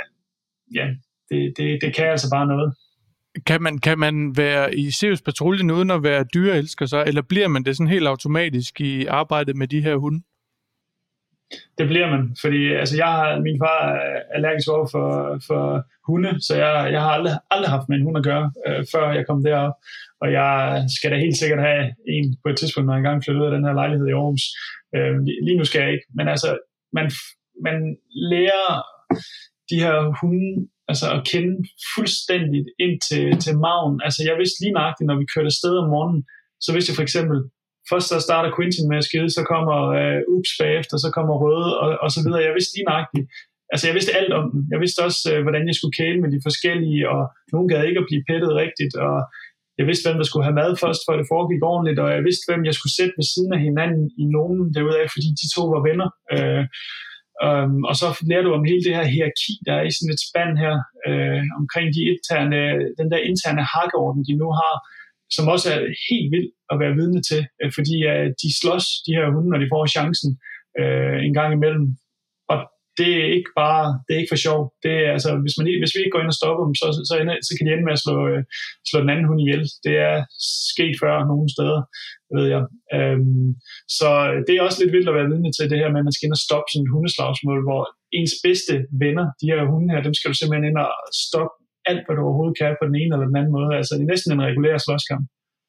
det kan altså bare noget. Kan man være i Sirius-patruljen uden at være dyreelsker så, eller bliver man det sådan helt automatisk i arbejdet med de her hunde? Det bliver man, fordi altså min far er allergisk over for hunde, så jeg har aldrig haft med en hund at gøre, før jeg kom derop. Og jeg skal da helt sikkert have en på et tidspunkt, når jeg engang flytter ud af den her lejlighed i Aarhus. Lige nu skal jeg ikke, men altså man lærer de her hunde altså at kende fuldstændigt ind til maven. Altså jeg vidste lige nøjagtigt, når vi kørte afsted om morgenen, så vidste jeg for eksempel, først så starter Quentin med at skide, så kommer Ups bagefter, så kommer Røde og så videre. Jeg vidste lige nøjagtigt. Altså jeg vidste alt om dem. Jeg vidste også, hvordan jeg skulle kæle med de forskellige, og nogen gad ikke at blive pettet rigtigt, og jeg vidste, hvem der skulle have mad først, for det foregik ordentligt, og jeg vidste, hvem jeg skulle sætte ved siden af hinanden i nogen derudaf, fordi de to var venner. Og så lærer du om hele det her hierarki, der er i sådan et spand her, omkring den der interne hakkeorden, de nu har, som også er helt vildt at være vidne til, fordi de slås, de her hunde, når de får chancen en gang imellem. Og det er ikke for sjov. Det er, altså, hvis vi ikke går ind og stopper dem, så kan de ende med at slå den anden hund ihjel. Det er sket før nogle steder, ved jeg. Så det er også lidt vildt at være vidne til det her med, at man skal ind og stoppe sådan et hundeslagsmål, hvor ens bedste venner, de her hunde her, dem skal du simpelthen ind og stoppe alt, hvad du overhovedet kan på den ene eller den anden måde. Altså det er næsten en regulær slåskamp.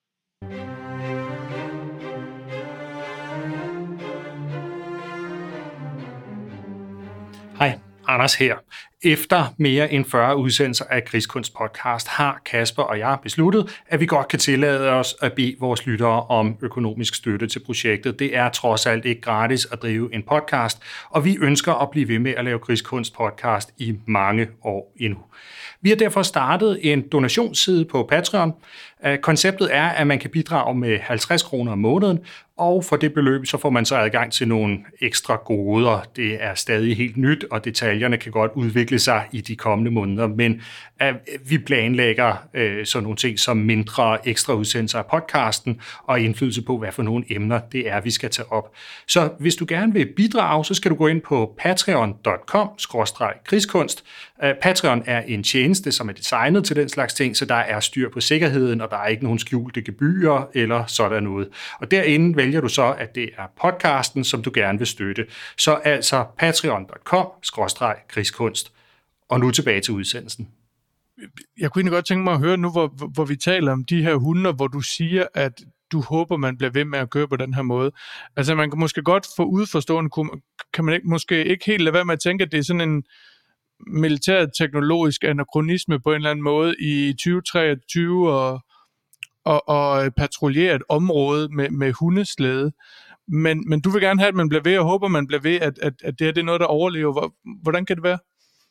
Hej, Anders her. Efter mere end 40 udsendelser af Krigskunst podcast har Kasper og jeg besluttet, at vi godt kan tillade os at bede vores lyttere om økonomisk støtte til projektet. Det er trods alt ikke gratis at drive en podcast, og vi ønsker at blive ved med at lave Krigskunst podcast i mange år endnu. Vi har derfor startet en donationsside på Patreon. Konceptet er, at man kan bidrage med 50 kroner om måneden, og for det beløb så får man så adgang til nogle ekstra goder. Det er stadig helt nyt, og detaljerne kan godt udvikle sig i de kommende måneder, men vi planlægger sådan nogle ting som mindre ekstra udsendelser af podcasten og indflydelse på, hvad for nogle emner det er, vi skal tage op. Så hvis du gerne vil bidrage, så skal du gå ind på patreon.com/krigskunst. Patreon er en tjeneste, som er designet til den slags ting, så der er styr på sikkerheden, og der er ikke nogen skjulte gebyrer eller sådan noget. Og derinde vælger du så, at det er podcasten, som du gerne vil støtte. Så altså patreon.com/krigskunst. Og nu tilbage til udsendelsen. Jeg kunne egentlig godt tænke mig at høre nu, hvor vi taler om de her hunde, hvor du siger, at du håber, man bliver ved med at køre på den her måde. Altså man kan måske godt få udforstående, kan man måske ikke helt lade være med at tænke, at det er sådan en militærteknologisk anakronisme på en eller anden måde i 2023 og patruljere et område med hundeslæde. Men du vil gerne have, at man bliver ved, og håber, man bliver ved, at det her det er noget, der overlever. Hvordan kan det være?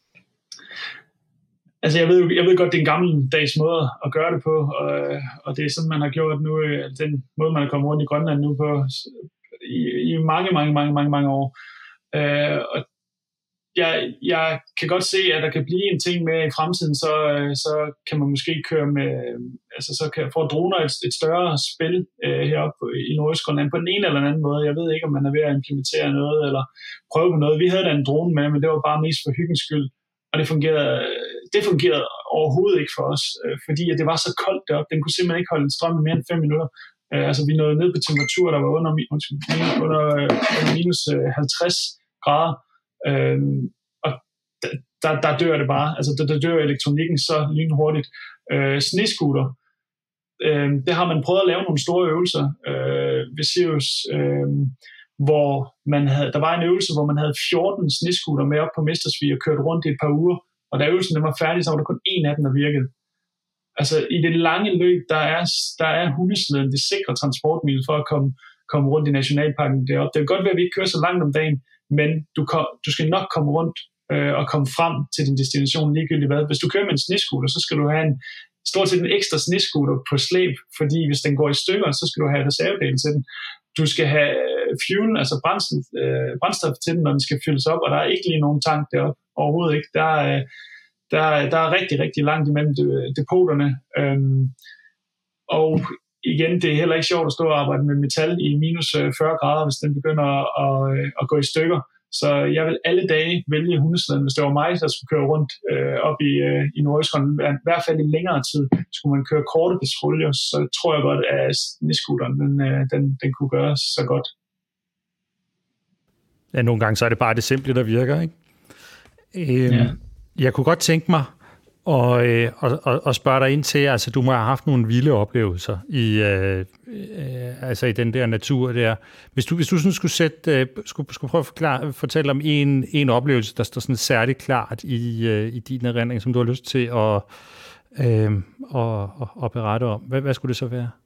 Altså jeg ved godt, det er en gammeldags måde at gøre det på, og det er sådan, man har gjort nu, den måde, man er kommet rundt i Grønland nu på i mange år. Og jeg kan godt se, at der kan blive en ting med i fremtiden, så kan man måske køre med, altså så kan få droner et større spil heroppe i Nordøstgrønland på den ene eller anden måde. Jeg ved ikke, om man er ved at implementere noget eller prøve på noget. Vi havde da en drone med, men det var bare mest for hyggens skyld, og det fungerede overhovedet ikke for os, fordi at det var så koldt deroppe. Den kunne simpelthen ikke holde en strøm i mere end 5 minutter. Altså vi nåede ned på temperatur, der var under minus 50 grader. Og der dør det bare. Altså der dør elektronikken så lynhurtigt. Snescooter det har man prøvet at lave nogle store øvelser ved Sirius, hvor der var en øvelse, hvor man havde 14 snescooter med op på Mestersvig og kørt rundt i et par uger, og da øvelsen var færdig, så var der kun en af dem, der virkede. Altså i det lange løb, der er hundesleden det sikre transportmiddel for at komme rundt i nationalparken deroppe. Det kan godt være, at vi ikke kører så langt om dagen, men du skal nok komme rundt og komme frem til din destination ligegyldigt hvad. Hvis du kører med en snescooter, så skal du have stort set en ekstra snescooter på slæb, fordi hvis den går i stykker, så skal du have reservedele til den. Du skal have fuel, altså brændstof til den, når den skal fyldes op, og der er ikke lige nogen tank deroppe. Overhovedet ikke. Der er rigtig, rigtig langt imellem depoterne. Og igen, det er heller ikke sjovt at stå og arbejde med metal i minus 40 grader, hvis den begynder at gå i stykker. Så jeg vil alle dage vælge hundeslæden. Hvis det var mig, der skulle køre rundt op i Nordøstgrønland, i hvert fald i længere tid, skulle man køre korte patruljer, så tror jeg godt, at snescooteren den kunne gøre så godt. Ja, nogle gange så er det bare det simple, der virker, ikke? Ja. Jeg kunne godt tænke mig og spørge dig ind til, altså du må have haft nogle vilde oplevelser i den der natur der. Hvis du sådan skulle prøve at fortælle om en oplevelse, der står sådan særligt klart i din erindring, som du har lyst til at berette om. Hvad skulle det så være?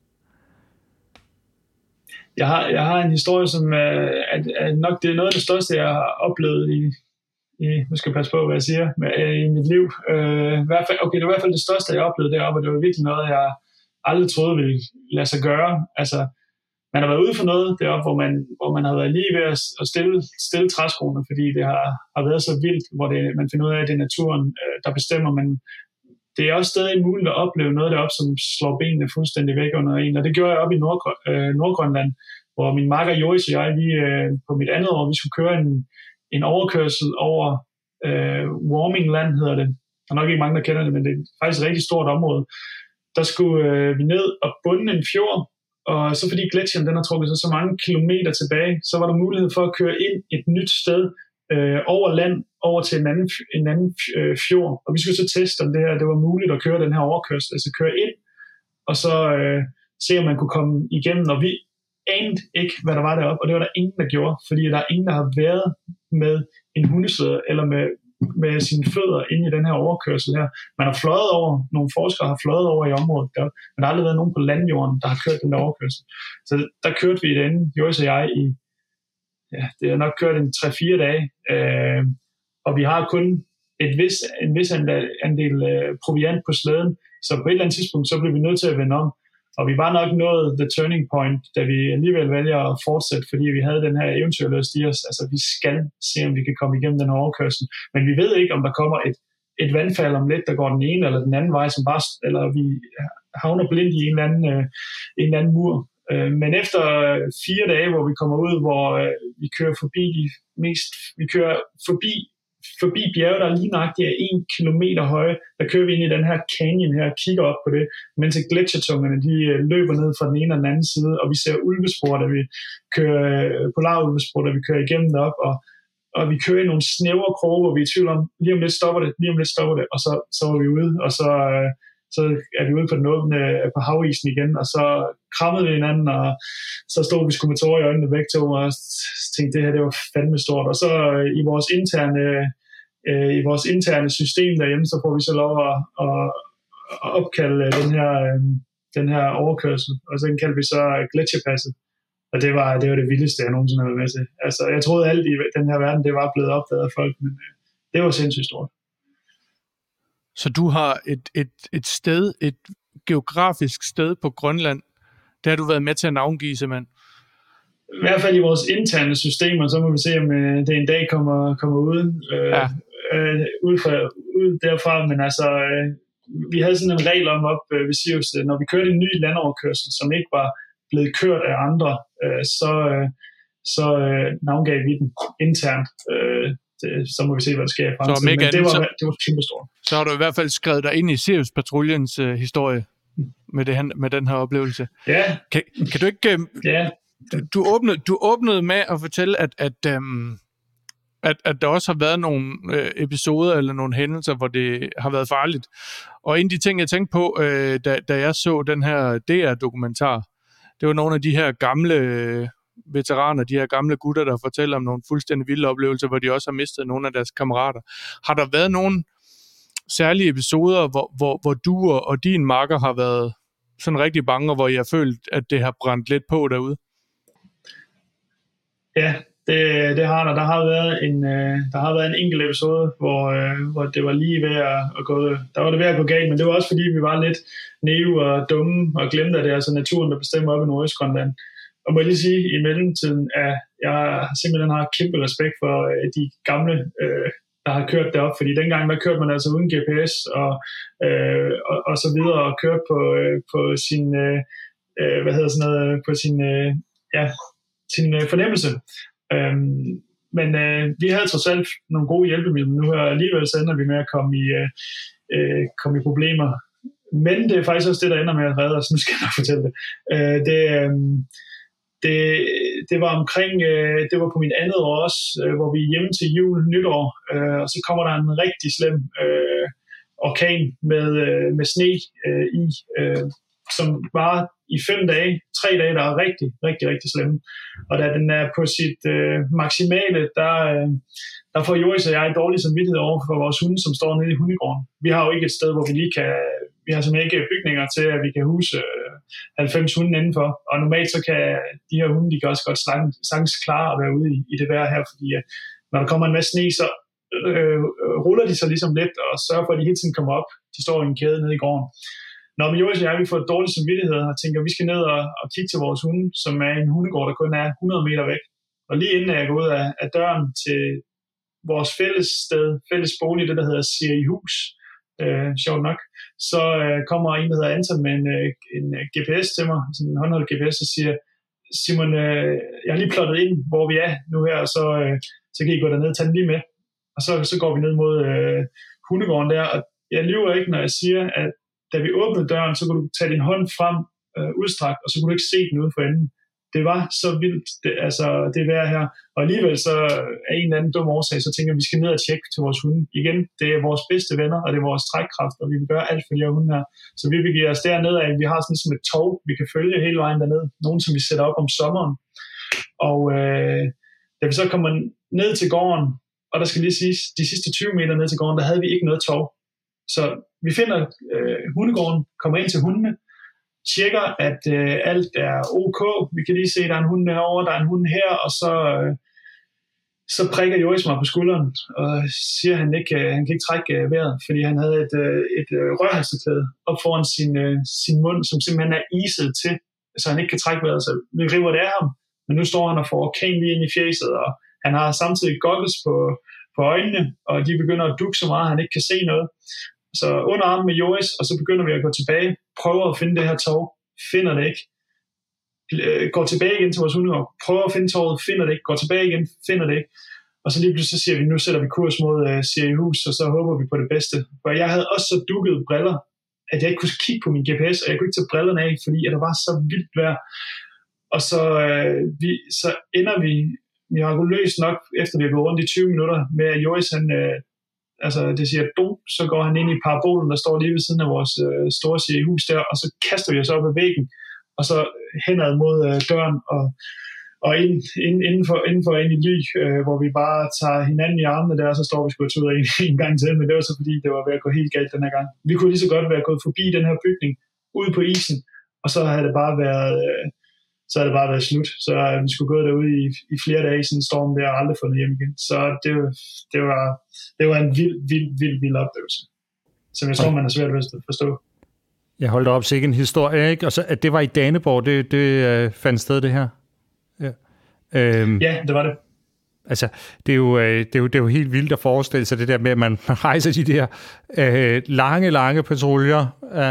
Jeg har en historie, som er nok det er noget af det største, jeg har oplevet nu skal jeg passe på, hvad jeg siger, i mit liv. Det var i hvert fald det største, jeg oplevede deroppe, og det var virkelig noget, jeg aldrig troede ville lade sig gøre. Altså, man har været ude for noget deroppe, hvor man har været lige ved at stille træskoene, fordi det har været så vildt, hvor man finder ud af, at det er naturen, der bestemmer, men det er også stadig muligt at opleve noget deroppe, som slår benene fuldstændig væk under en, og det gjorde jeg op i Nordgrønland, hvor min makker Joris og jeg, på mit andet år, vi skulle køre en overkørsel over Warmingland, hedder det. Der er nok ikke mange, der kender det, men det er faktisk et rigtig stort område. Der skulle vi ned og bunde en fjord, og så fordi gletsjeren den har trukket sig så mange kilometer tilbage, så var der mulighed for at køre ind et nyt sted over land, over til en anden fjord. Og vi skulle så teste, om det var muligt at køre den her overkørsel, altså køre ind, og så se, om man kunne komme igennem, og vi anede ikke, hvad der var deroppe, og det var der ingen, der gjorde, fordi der er ingen, der har været med en hundeslæde, eller med sine fødder inde i den her overkørsel her. Man har fløjet over, nogle forskere har fløjet over i området der, men der har aldrig været nogen på landjorden, der har kørt den der overkørsel. Så der kørte vi derinde, Joris og jeg, det har nok kørt en 3-4 dage, og vi har kun en vis andel proviant på slæden, så på et eller andet tidspunkt, så blev vi nødt til at vende om. Og vi var nok nået the turning point, da vi alligevel vælger at fortsætte, fordi vi havde den her eventyrløse i os. Altså, vi skal se, om vi kan komme igennem den her overkørsel. Men vi ved ikke, om der kommer et vandfald om lidt, der går den ene eller den anden vej, eller vi havner blind i en eller anden mur. Men efter 4 dage, hvor vi kommer ud, hvor vi kører forbi bjerge, der er lige nøjagtigt 1 kilometer høje, der kører vi ind i den her canyon her og kigger op på det, mens gletsjertungerne de løber ned fra den ene og den anden side, og vi ser ulvespor, da vi kører polarulvespor, da vi kører igennem derop, og vi kører i nogle snævre kroge, hvor vi er i tvivl om, lige om lidt stopper det, og så er vi ude, og så er vi ude på den åbne, på havisen igen, og så krammede vi hinanden, og så stod vi sgu med tårer i øjnene begge to, og tænkte, det her, det var fandme stort. Og så i vores interne system derhjemme, så får vi så lov at opkalde den her overkørsel, og så kaldte vi så gletsjerpasset. Og det var det vildeste, jeg nogensinde har været med til. Altså, jeg troede alt i den her verden, det var blevet opdaget af folk, men det var sindssygt stort. Så du har et geografisk sted på Grønland, der har du været med til at navngive, simpelthen? I hvert fald i vores interne systemer, så må vi se, om det en dag kommer ud derfra. Men altså, vi havde sådan en regel om op ved Sirius, når vi kørte en ny landoverkørsel, som ikke var blevet kørt af andre, så navngav vi den internt. Så må vi se, hvad der sker i fremtiden. Men det var kæmpestort. Så har du i hvert fald skrevet dig ind i Sirius-patruljens historie med den her oplevelse. Ja. Kan du ikke... Ja. Du åbnede med at fortælle, at der også har været nogle episoder eller nogle hændelser, hvor det har været farligt. Og en af de ting, jeg tænkte på, da jeg så den her DR-dokumentar, det var nogle af de her gamle veteraner, de her gamle gutter, der fortæller om nogle fuldstændig vilde oplevelser, hvor de også har mistet nogle af deres kammerater. Har der været nogle særlige episoder, hvor du og din makker har været sådan rigtig bange, og hvor I har følt, at det har brændt lidt på derude? Ja, det har der. Der har været en enkelt episode, hvor det var lige ved at gå. Der var det ved at gå galt, men det var også fordi, vi var lidt naive og dumme og glemte, at det er altså naturen, der bestemmer op i Nordøstgrønland. Og må jeg lige sige, i mellemtiden, at jeg simpelthen har kæmpe respekt for de gamle, der har kørt derop, fordi dengang, der kørte man altså uden GPS og så videre, og kørte på sin, på sin fornemmelse. Men vi havde trods alt nogle gode hjælpemidler nu, og alligevel så ender vi med at komme i problemer. Men det er faktisk også det, der ender med at redde os. Nu skal jeg nok fortælle det. Det var omkring, det var på min andet år også, hvor vi er hjemme til jul, nytår, og så kommer der en rigtig slem orkan med sne i, som var i 5 dage, 3 dage, der er rigtig, rigtig, rigtig slemme. Og da den er på sit maksimale, der får Joris og jeg dårlig samvittighed over for vores hunde, som står nede i hundegården. Vi har jo ikke et sted, hvor vi har simpelthen ikke bygninger til, at vi kan huse 90 hunde indenfor. Og normalt så kan de her hunde, de kan også godt sagtens klare at være ude i det vejr her, fordi når der kommer en masse sne, så ruller de sig ligesom lidt og sørger for, at de hele tiden kommer op. De står i en kæde nede i gården. Når Joris og jeg, vi får dårlig samvittighed og tænker, at vi skal ned og kigge til vores hunde, som er en hundegård, der kun er 100 meter væk. Og lige inden jeg går ud af døren til vores fælles bolig, det der hedder Sirihus, sjovt nok, så kommer en, der hedder Anton med en GPS til mig, sådan en håndholdt GPS, og siger, Simon, jeg har lige plottet ind, hvor vi er nu her, og så kan I gå derned og tage den lige med. Og så går vi ned mod hundegården der, og jeg lyver ikke, når jeg siger, at da vi åbnede døren, så kunne du tage din hånd frem udstrakt, og så kunne du ikke se den ude for enden. Det var så vildt, det vejr her. Og alligevel så er en eller anden dum årsag, så tænker vi skal ned og tjekke til vores hunde. Igen, det er vores bedste venner, og det er vores trækkraft, og vi vil gøre alt for de her hunde her. Så vi vil give os derned af, vi har sådan et tog, vi kan følge hele vejen derned. Nogen, som vi sætter op om sommeren. Og da vi så kommer ned til gården, og der skal lige siges, de sidste 20 meter ned til gården, der havde vi ikke noget tog. Så vi finder hundegården, kommer ind til hundene, tjekker, at alt er ok. Vi kan lige se, at der er en hund herovre, der er en hund her, og så prikker Joris mig på skulderen, og siger, at han kan ikke trække vejret, fordi han havde et rørhalseklæde op foran sin mund, som simpelthen er iset til, så han ikke kan trække vejret. Så vi river det af ham, men nu står han og får orkan lige ind i fjeset, og han har samtidig goggles på øjnene, og de begynder at dukke så meget, at han ikke kan se noget. Så under armen med Joris, og så begynder vi at gå tilbage, prøver at finde det her tog, finder det ikke, går tilbage igen til vores hundegård, prøver at finde toget, finder det ikke, går tilbage igen, finder det ikke, og så lige pludselig siger vi, nu sætter vi kurs mod Sirihus, og så håber vi på det bedste. For jeg havde også så dukket briller, at jeg ikke kunne kigge på min GPS, og jeg kunne ikke tage brillerne af, fordi der var så vildt vejr. Og så ender vi mirakuløst nok, efter vi har gået rundt i 20 minutter, med at Joris, det siger dum, så går han ind i parabolen, der står lige ved siden af vores store Sirihus der, og så kaster vi os op ad væggen, og så henad mod døren, og indenfor ind i ly, hvor vi bare tager hinanden i armene der, og så står vi sgu ud af en gang til, men det var så fordi, det var ved at gå helt galt den her gang. Vi kunne lige så godt være gået forbi den her bygning, ud på isen, og så havde det bare været slut. Så vi skulle gå derude i flere dage i sådan en storm der, og aldrig fundet hjem igen. Så det var en vild oplevelse, som jeg tror, man er svært ved at forstå. Jeg holdt op sikkert en historie, ikke? Og så, at det var i Daneborg, det fandt sted, det her? Ja, ja, det var det. Altså, det er jo helt vildt at forestille sig det der med, at man rejser de der lange patruljer,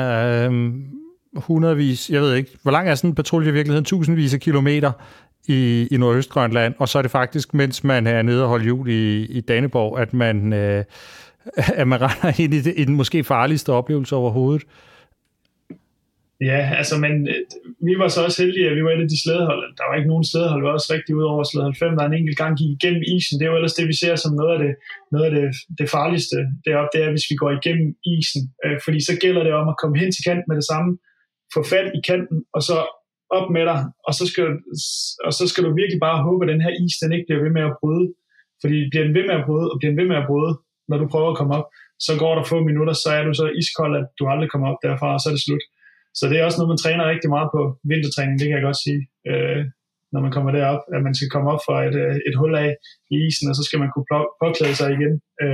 hundredvis, jeg ved ikke, hvor lang er sådan en patrulje i virkeligheden? Tusindvis af kilometer i Nordøstgrønland, og så er det faktisk, mens man er nede og holder jul i Daneborg, at man render ind i den måske farligste oplevelse overhovedet. Ja, altså, men vi var så også heldige, at vi var et af de slædehold. Der var ikke nogen slædehold, vi var også rigtig ude over slædehold 5, der en enkelt gang gik igennem isen. Det er jo ellers det, vi ser som noget af det farligste deroppe, det er, hvis vi går igennem isen. Fordi så gælder det om at komme hen til kanten med det samme, få fat i kanten, og så op med dig, og så skal du virkelig bare håbe, at den her is, den ikke bliver ved med at bryde. Fordi bliver den ved med at bryde, og bliver den ved med at bryde, når du prøver at komme op, så går der få minutter, så er du så iskold, at du aldrig kommer op derfra, og så er det slut. Så det er også noget, man træner rigtig meget på vintertræning, det kan jeg godt sige, når man kommer derop, at man skal komme op fra et hul af i isen, og så skal man kunne påklæde sig igen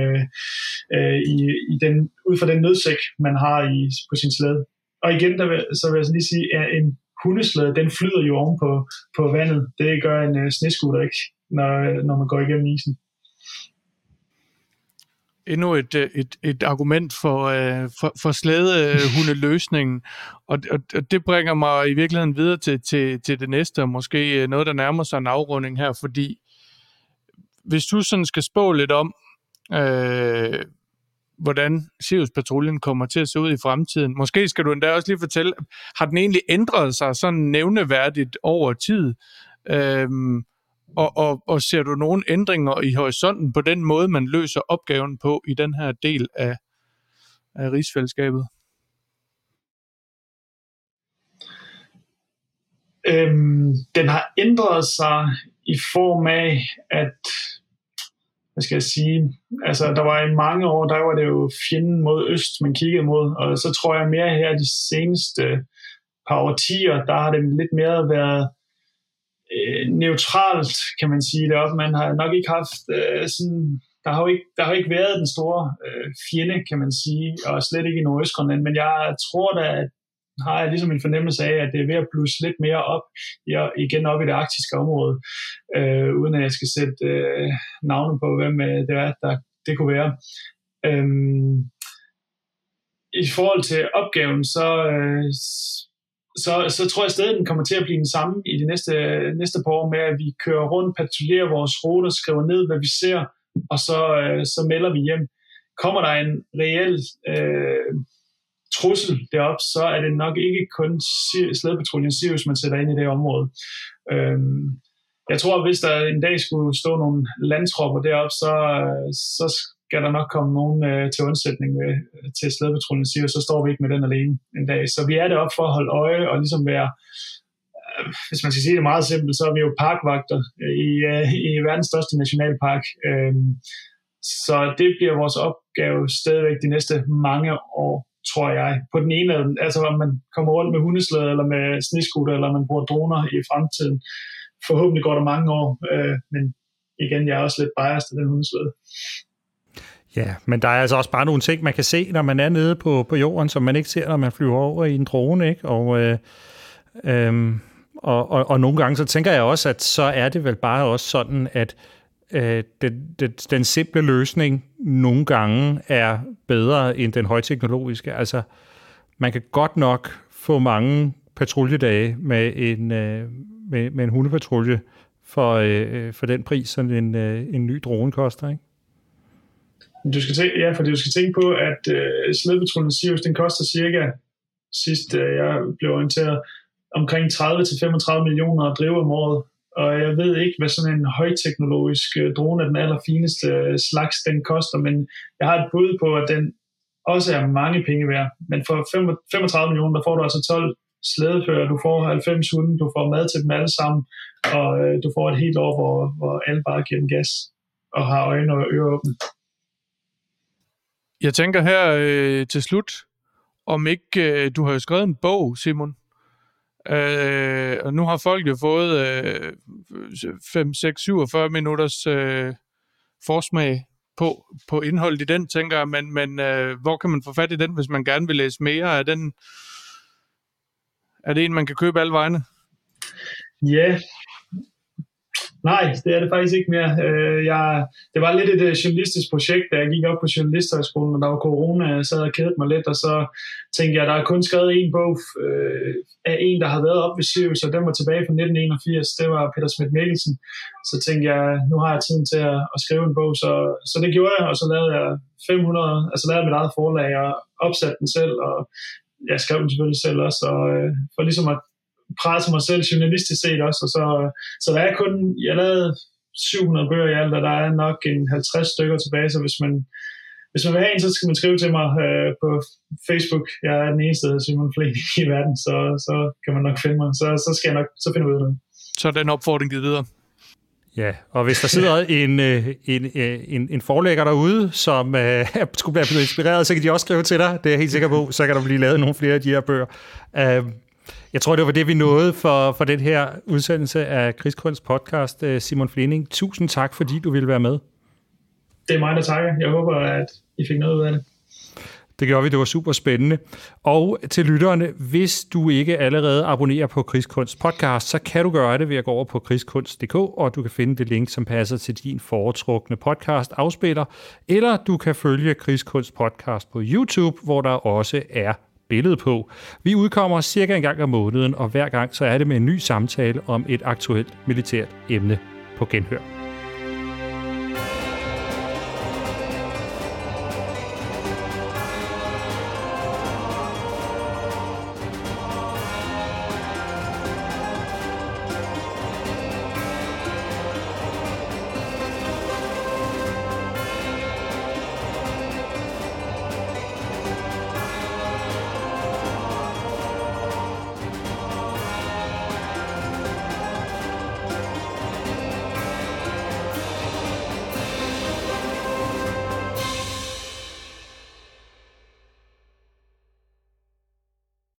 ud fra den nødsæk, man har på sin slæde. Og igen, så vil jeg lige sige, at en hundeslæde, den flyder jo oven på vandet. Det gør en snescooter ikke, når man går igennem isen. Endnu et argument for slædehundeløsningen, og det bringer mig i virkeligheden videre til det næste, og måske noget, der nærmer sig en afrunding her, fordi hvis du sådan skal spå lidt om, hvordan Sirius-patruljen kommer til at se ud i fremtiden, måske skal du endda også lige fortælle, har den egentlig ændret sig sådan nævneværdigt over tid? Og ser du nogle ændringer i horisonten på den måde, man løser opgaven på i den her del af rigsfællesskabet? Den har ændret sig i form af, at, hvad skal jeg sige, altså der var i mange år, der var det jo fjenden mod øst, man kiggede mod, og så tror jeg mere her de seneste par årtier, der har det lidt mere været neutralt, kan man sige det op. Man har nok ikke haft sådan, der har ikke været den store fjende, kan man sige, og slet ikke i Nordøstgrønland, men jeg tror da, at har jeg ligesom en fornemmelse af, at det er ved at blusse lidt mere op, igen op i det arktiske område, uden at jeg skal sætte navne på, hvem det er, det kunne være. I forhold til opgaven, så tror jeg stadig, at den kommer til at blive den samme i de næste par år med, at vi kører rundt, patruljerer vores ruter, skriver ned, hvad vi ser, og så melder vi hjem. Kommer der en reel trussel derop, så er det nok ikke kun slædepatruljen Sirius, man sætter ind i det område. Jeg tror, at hvis der en dag skulle stå nogle landtropper derop, så skal der nok komme nogen til undsætning til slædepatruljen Sirius, så står vi ikke med den alene en dag. Så vi er deroppe for at holde øje og ligesom være, hvis man skal sige det meget simpelt, så er vi jo parkvagter i verdens største nationalpark. Så det bliver vores opgave stadigvæk de næste mange år, tror jeg. På den ene, altså om man kommer rundt med hundeslæde, eller med snescooter, eller man bruger droner i fremtiden. Forhåbentlig går der mange år, men igen, jeg er også lidt biased af den hundeslæde. Ja, men der er altså også bare nogle ting, man kan se, når man er nede på jorden, som man ikke ser, når man flyver over i en drone, ikke? Og nogle gange, så tænker jeg også, at så er det vel bare også sådan, at den simple løsning nogle gange er bedre end den højteknologiske. Altså, man kan godt nok få mange patruljedage med en hundepatrulje for den pris, som en ny drone koster, ikke? Du skal tænke på, at slædepatruljen Sirius, den koster cirka, sidst jeg blev orienteret, omkring 30-35 millioner at drive om året. Og jeg ved ikke, hvad sådan en højteknologisk drone af den allerfineste slags, den koster, men jeg har et bud på, at den også er mange penge værd. Men for 35 millioner, der får du altså 12 slædefører, du får 90 hunde, du får mad til dem alle sammen, og du får et helt år, hvor alle bare giver den gas og har øjne og ører åbne. Jeg tænker her til slut, om ikke du har jo skrevet en bog, Simon, og nu har folk jo fået 5, 6, 47 minutters forsmag på indholdet i den, tænker jeg, men hvor kan man få fat i den, hvis man gerne vil læse mere? Er det en, man kan købe alle vegne? Ja. Nej, det er det faktisk ikke mere. Det var lidt et journalistisk projekt, da jeg gik op på journalisthøjskolen, og der var corona, så havde jeg kædet mig lidt, og så tænkte jeg, der er kun skrevet en bog af en, der har været op ved Sirius, og den var tilbage fra 1981, det var Peter Schmidt Mikkelsen. Så tænkte jeg, nu har jeg tiden til at skrive en bog, så det gjorde jeg, og så lavede jeg 500, altså lavede mit eget forlag, og opsatte den selv, og jeg skrev den selvfølgelig selv også, og for ligesom at presse mig selv journalistisk set også, og så der er kun, jeg lavede 700 bøger i alt, og der er nok en 50 stykker tilbage, så hvis man vil have en, så skal man skrive til mig på Facebook. Jeg er den eneste Simon Fleening i verden, så kan man nok finde mig. Så finder vi ud af det. Så er den opfordring givet videre. Ja, og hvis der sidder en forlægger derude, som skulle blive inspireret, så kan de også skrive til dig. Det er jeg helt sikker på. Så kan der blive lavet nogle flere af de her bøger. Jeg tror, det var det, vi nåede for den her udsendelse af Krigskunst podcast. Simon Fleening, tusind tak, fordi du ville være med. Det er mig, der takker. Jeg håber, at I fik noget ud af det. Det gjorde vi, det var super spændende. Og til lytterne, hvis du ikke allerede abonnerer på Krigskunst podcast, så kan du gøre det ved at gå over på krigskunst.dk, og du kan finde det link, som passer til din foretrukne podcast afspiller, eller du kan følge Krigskunst podcast på YouTube, hvor der også er billede på. Vi udkommer cirka en gang om måneden, og hver gang så er det med en ny samtale om et aktuelt militært emne. På genhør.